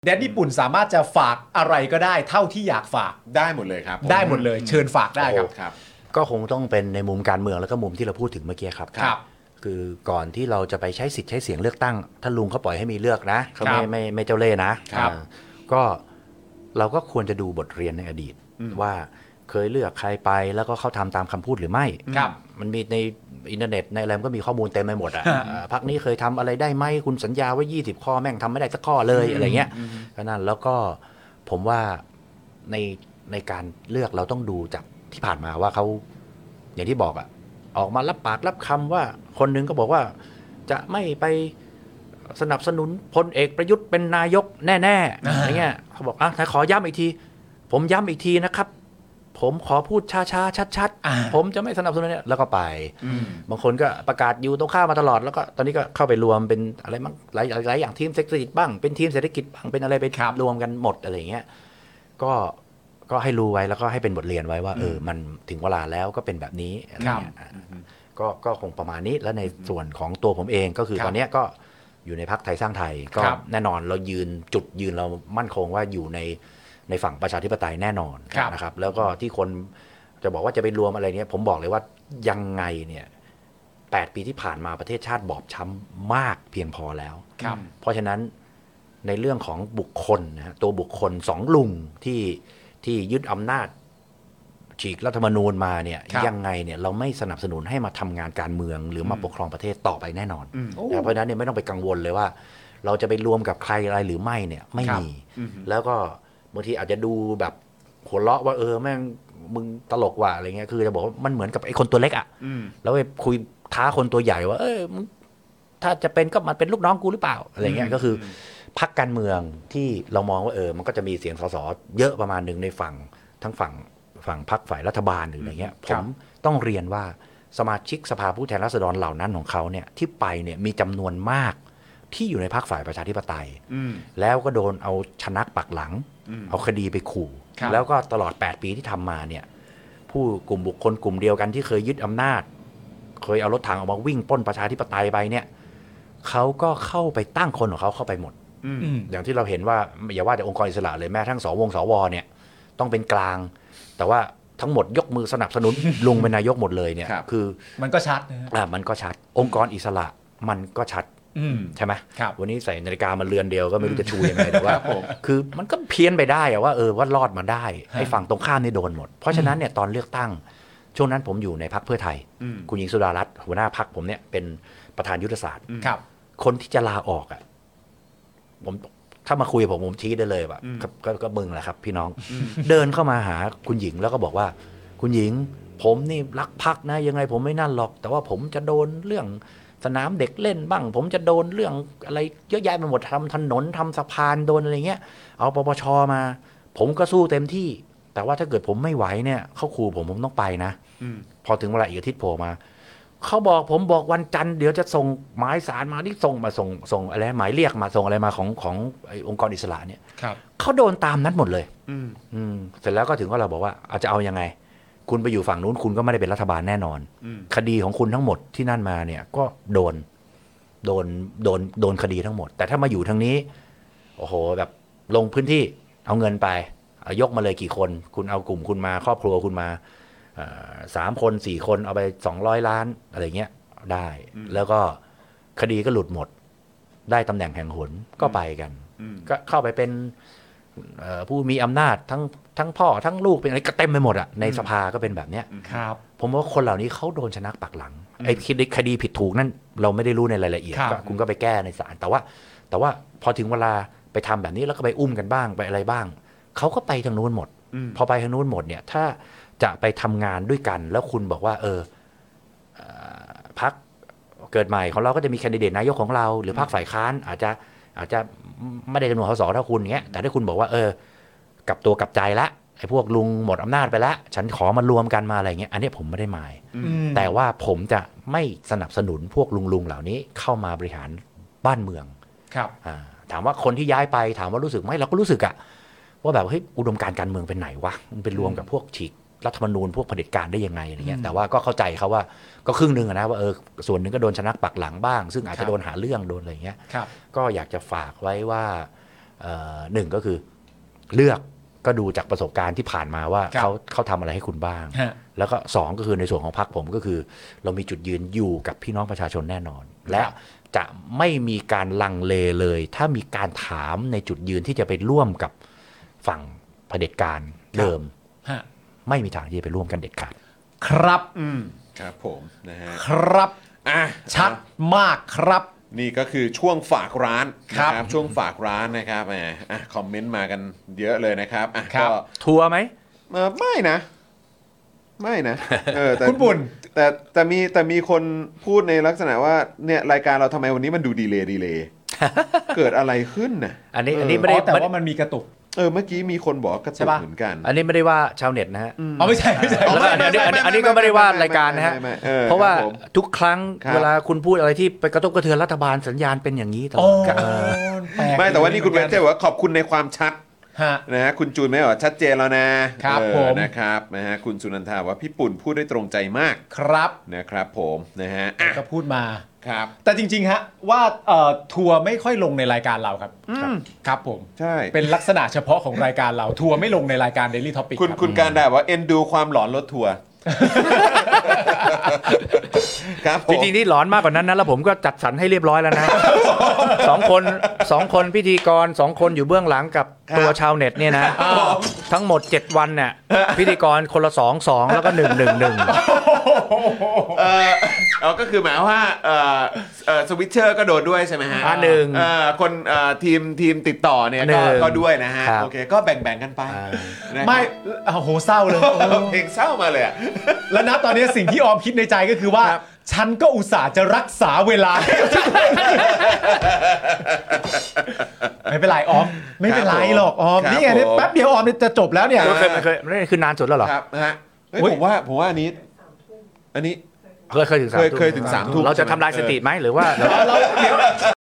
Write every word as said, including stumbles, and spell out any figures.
แดนญี่ปุ่นสามารถจะฝากอะไรก็ได้เท่าที่อยากฝากได้หมดเลยครับได้หมดเลยเชิญฝากได้ครับครับก็คงต้องเป็นในมุมการเมืองแล้วก็มุมที่เราพูดถึงเมื่อกี้ครับครับคือก่อนที่เราจะไปใช้สิทธิ์ใช้เสียงเลือกตั้งท่านลุงเขาปล่อยให้มีเลือกนะเขาไม่ไม่ไม่เจ้าเล่ห์นะครับก็เราก็ควรจะดูบทเรียนในอดีตว่าเคยเลือกใครไปแล้วก็เขาทำตามคำพูดหรือไม่ครับมันมีในอินเทอร์เน็ตในอะไรก็มีข้อมูลเต็มไปหมดอ่ะพรรคนี้เคยทำอะไรได้ไหมคุณสัญญาไว้ยี่สิบข้อแม่งทำไม่ได้สักข้อเลยอะไรเงี้ยก็นั่นแล้วก็ผมว่าในในการเลือกเราต้องดูจากที่ผ่านมาว่าเขาอย่างที่บอกอ่ะออกมารับปากรับคำว่าคนนึงก็บอกว่าจะไม่ไปสนับสนุนพลเอกประยุทธ์เป็นนายกแน่ๆอะไรเงี้ยเขาบอกอ่ะถ้าขอย้ำอีกทีผมย้ำอีกทีนะครับผมขอพูดช้าๆชัดๆผมจะไม่สนับสนุนเนี่ยแล้วก็ไปบางคนก็ประกาศอยู่ตรงข้ามมาตลอดแล้วก็ตอนนี้ก็เข้าไปรวมเป็นอะไรบ้างหลายหลายอย่างทีมเศรษฐกิจบ้างเป็นทีมเศรษฐกิจบ้างเป็นอะไรไปรวมกันหมดอะไรเงี้ยก็ก็ให้รู้ไว้แล้วก็ให้เป็นบทเรียนไว้ว่าเออมันถึงเวลาแล้วก็เป็นแบบนี้อะไรเงี้ยก็ก็คงประมาณนี้แล้วในส่วนของตัวผมเองก็คือตอนนี้ก็อยู่ในพรรคไทยสร้างไทยก็แน่นอนเรายืนจุดยืนเรามั่นคงว่าอยู่ในในฝั่งประชาธิปไตยแน่นอนนะครับแล้วก็ที่คนจะบอกว่าจะไปรวมอะไรเนี้ยผมบอกเลยว่ายังไงเนี่ยแปดปีที่ผ่านมาประเทศชาติบอบช้ำมากเพียงพอแล้วเพราะฉะนั้นในเรื่องของบุคคลนะฮะตัวบุคคลสองลุงที่ที่ยึดอำนาจฉีกรัฐธรรมนูญมาเนี่ยยังไงเนี่ยเราไม่สนับสนุนให้มาทำงานการเมืองหรือมาปกครองประเทศต่อไปแน่นอนเพราะฉะนั้นเนี่ยไม่ต้องไปกังวลเลยว่าเราจะไปรวมกับใครอะไรหรือไม่เนี่ยไม่มีแล้วก็บางทีอาจจะดูแบบหัวเราะว่าเออแม่งมึงตลกว่ะอะไรเงี้ยคือจะบอกว่ามันเหมือนกับไอ้คนตัวเล็กอ่ะแล้วไปคุยท้าคนตัวใหญ่ว่าเออถ้าจะเป็นก็มันเป็นลูกน้องกูหรือเปล่าอะไรเงี้ยก็คือพรรคการเมืองที่เรามองว่าเออมันก็จะมีเสียงสสเยอะประมาณหนึ่งในฝั่งทั้งฝั่งฝั่งพรรคฝ่ายรัฐบาลหรืออะไรเงี้ยผมต้องเรียนว่าสมาชิกสภาผู้แทนราษฎรเหล่านั้นของเขาเนี่ยที่ไปเนี่ยมีจำนวนมากที่อยู่ในพรรคฝ่ายประชาธิปไตยแล้วก็โดนเอาชนักปักหลังเอาคดีไปขู่แล้วก็ตลอดแปดปีที่ทำมาเนี่ยผู้กลุ่มบุคคลกลุ่มเดียวกันที่เคยยึดอำนาจเคยเอารถถังออกมาวิ่งปล้นประชาธิปไตยไปเนี่ยเขาก็เข้าไปตั้งคนของเขาเข้าไปหมดอย่างที่เราเห็นว่าอย่าว่าแต่องค์กรอิสระเลยแม้ทั้งสวงสวเนี่ยต้องเป็นกลางแต่ว่าทั้งหมดยกมือสนับสนุนลุงเป็นนายกหมดเลยเนี่ยคือมันก็ชัดนะอ่ามันก็ชัดองค์กรอิสระมันก็ชัดใช่ไหมวันนี้ใส่นาฬิกามาเรือนเดียวก็ไม่รู้จะชูยังไงแต่ว่าคือมันก็เพี้ยนไปได้อะว่าเออว่ารอดมาได้ไอ้ฝั่งตรงข้ามนี่โดนหมดเพราะฉะนั้นเนี่ยตอนเลือกตั้งช่วงนั้นผมอยู่ในพรรคเพื่อไทยคุณหญิงสุดารัตน์หัวหน้าพรรคผมเนี่ยเป็นประธานยุทธศาสตร์คนที่จะลาออกอ่ะผมถ้ามาคุยกับผมผมชี้ได้เลยแบบก็มึงแหละครับพี่น้องเดินเข้ามาหาคุณหญิงแล้วก็บอกว่าคุณหญิงผมนี่รักพรรคนะยังไงผมไม่นั่นหรอกแต่ว่าผมจะโดนเรื่องสนามเด็กเล่นบ้างผมจะโดนเรื่องอะไรเยอะแยะไปหมดทำถนนทำสะพานโดนอะไรเงี้ยเอาปปชมาผมก็สู้เต็มที่แต่ว่าถ้าเกิดผมไม่ไหวเนี่ยเขาขู่ผมผมต้องไปนะพอถึงเวลาอีกอาทิตย์โผล่มาเขาบอกผมบอกวันจันทร์เดี๋ยวจะส่งหมายสารมาที่ส่งมาส่งส่งอะไรหมายเรียกมาส่งอะไรมาของขององค์กรอิสระเนี่ยเขาโดนตามนั้นหมดเลยอืมเสร็จแล้วก็ถึงว่าเราบอกว่าอาจจะเอายังไงคุณไปอยู่ฝั่งนู้นคุณก็ไม่ได้เป็นรัฐบาลแน่นอนคดีของคุณทั้งหมดที่นั่นมาเนี่ยก็โดนโดนโดนโดนคดีทั้งหมดแต่ถ้ามาอยู่ทางนี้โอ้โหแบบลงพื้นที่เอาเงินไปยกมาเลยกี่คนคุณเอากลุ่มคุณมาครอบครัวคุณมาสามคนสี่คนเอาไปสองร้อยล้านอะไรเงี้ยได้แล้วก็คดีก็หลุดหมดได้ตำแหน่งแห่งหนก็ไปกันก็เข้าไปเป็นผู้มีอำนาจทั้งทั้งพ่อทั้งลูกเป็นอะไรก็เต็มไปหมดอ่ะในสภาก็เป็นแบบเนี้ยครับผมว่าคนเหล่านี้เขาโดนชนักปักหลังไอ้คดีผิดถูกนั่นเราไม่ได้รู้ในรายละเอียดคุณก็ไปแก้ในศาลแต่ว่าแต่ว่าพอถึงเวลาไปทำแบบนี้แล้วก็ไปอุ้มกันบ้างไปอะไรบ้างเขาก็ไปทางนู้นหมดพอไปทางนู้นหมดเนี่ยถ้าจะไปทำงานด้วยกันแล้วคุณบอกว่าเออพรรคเกิดใหม่ของเราก็จะมีแคนดิเดตนายกของเราหรือพรรคฝ่ายค้านอาจจะอาจจะไม่ได้จำนวนสสเท่าคุณเงี้ยแต่ถ้าคุณบอกว่าเออกลับตัวกลับใจละไอ้พวกลุงหมดอำนาจไปแล้วฉันขอมารวมกันมาอะไรเงี้ยอันนี้ผมไม่ได้หมายแต่ว่าผมจะไม่สนับสนุนพวกลุงลุงเหล่านี้เข้ามาบริหารบ้านเมืองครับถามว่าคนที่ย้ายไปถามว่ารู้สึกไหมเราก็รู้สึกอะว่าแบบเฮ้ยอุดมการณ์การเมืองเป็นไหนวะมันเป็นรวมกับพวกฉีกรัฐธรรมนูญพวกเผด็จการได้ยังไงอะไรเงี้ยแต่ว่าก็เข้าใจเขาว่าก็ครึ่งนึงนะว่าเออส่วนหนึ่งก็โดนชนักปักหลังบ้างซึ่งอาจจะโดนหาเรื่องโดนอะไรเงี้ยก็อยากจะฝากไว้ว่าเอ่อหนึ่งก็คือเลือกก็ดูจากประสบการณ์ที่ผ่านมาว่าครับเขาเขาทำอะไรให้คุณบ้างฮะแล้วก็สองก็คือในส่วนของพรรคผมก็คือ เรามีจุดยืนอยู่กับพี่น้องประชาชนแน่นอน และจะไม่มีการลังเลเลย ถ้ามีการถามในจุดยืนที่จะไปร่วมกับฝั่งเผด็จการเดิมฮะไม่มีทางที่จะไปร่วมกันเด็ดขาดครับอืมครับผมนะฮะครับอ่ะชัดมากครับนี่ก็คือช่วงฝากร้านครับนะช่วงฝากร้านนะครับแหมอ่ะคอมเมนต์มากันเยอะเลยนะครับอ่ะครับก็ทัวร์ไหมเอ่อไม่นะ ไม่นะเออแต่คุณบุญแต่แต่มีแต่มีคนพูดในลักษณะว่าเนี่ยรายการเราทำไมวันนี้มันดูดีเลย์ดีเลย์ เกิดอะไรขึ้นน่ะอันนี้เอออัอันนี้ไม่อ๋ได้อแต่ไม่ได้ว่ามันมีกระตุกเออเมื่อกี้มีคนบอกว่ากระใช่ตุกปะเหมือนกันอันนี้ไม่ได้ว่าชาวเน็ตนะฮะอ๋อไม่ใช่ไม่ใช่แล้วก็อันนี้อันนี้อันนี้ก็ไม่ได้ว่ารายการนะฮะไม่ไม่ไม่ออเพราะว่าคบผมทุกครั้งครับเวลาคุณพูดอะไรที่ไปกระทบกระเทือนรัฐบาลสัญญาณเป็นอย่างนี้ตลโอ้อดเออแปลกไม่แต่ว่านี่คุณเวนเต้บอกว่าขอบคุณในความชัดฮะนะฮะคุณจูนไม่บอกชัดเจนแล้วนะครับ เออผมนะครับนะฮะคุณสุนันทาว่าพี่ปุ่นพูดได้ตรงใจมากครับนะครับผมนะฮะอ่ะก็พูดมาครับแต่จริงๆฮะว่าเอ่อทัวร์ไม่ค่อยลงในรายการเราครับครับผมใช่เป็นลักษณะเฉพาะของรายการเราทัวร์ไม่ลงในรายการ Daily Topic คุณรับคุณการด่าว่าเอ็นดูความหลอนรถทัวร์ครับผจมริงๆนี่หลอนมากกว่านั้นนะแล้วผมก็จัดสรรให้เรียบร้อยแล้วนะ สองคนสองคนพิธีกรสองคนอยู่เบื้องหลังกับตัวชาวเน็ตเนี่ยนะทั้งหมดเจ็ดวันเนี่ยพิธีกรคนละสองสองแล้วก็หนึ่งหนึ่งหนึ่งเออเอาก็คือหมายว่าเออเออสวิตเชอร์ก็โดนด้วยใช่ไหมฮะอ่าหนึ่งเออคนเอ่อทีมทีมติดต่อเนี่ยหนึ่ก็งก็ด้วยนะฮะครับโอเคก็แบ่งๆกันไปอ่านะครับไม่โอ้โหเศร้าเลยเพลงเศร้ามาเลยอะแล้วนะตอนนี้สิ่งที่ออมคิดในใจก็คือว่าครับฉันก็อุตส่าห์จะรักษาเวลา ไม่เป็นไรออม ไม่เป็นไรหรอกออมครับนี่ไงเนี่ยผมแป๊บเดียวออมเนี่ยจะจบแล้วเนี่ยเคยเคยนี่คือนานสุดแล้วเหรอครับนะฮะเฮ้ยอุ๊ยผมว่าผมว่าอันนี้ อันนี้เคยเคยถึงสามเคยทุ่มเคยถึงสามทุ่มเราจะทำลายสถิติไหมหรือว่าเราเดี๋ยว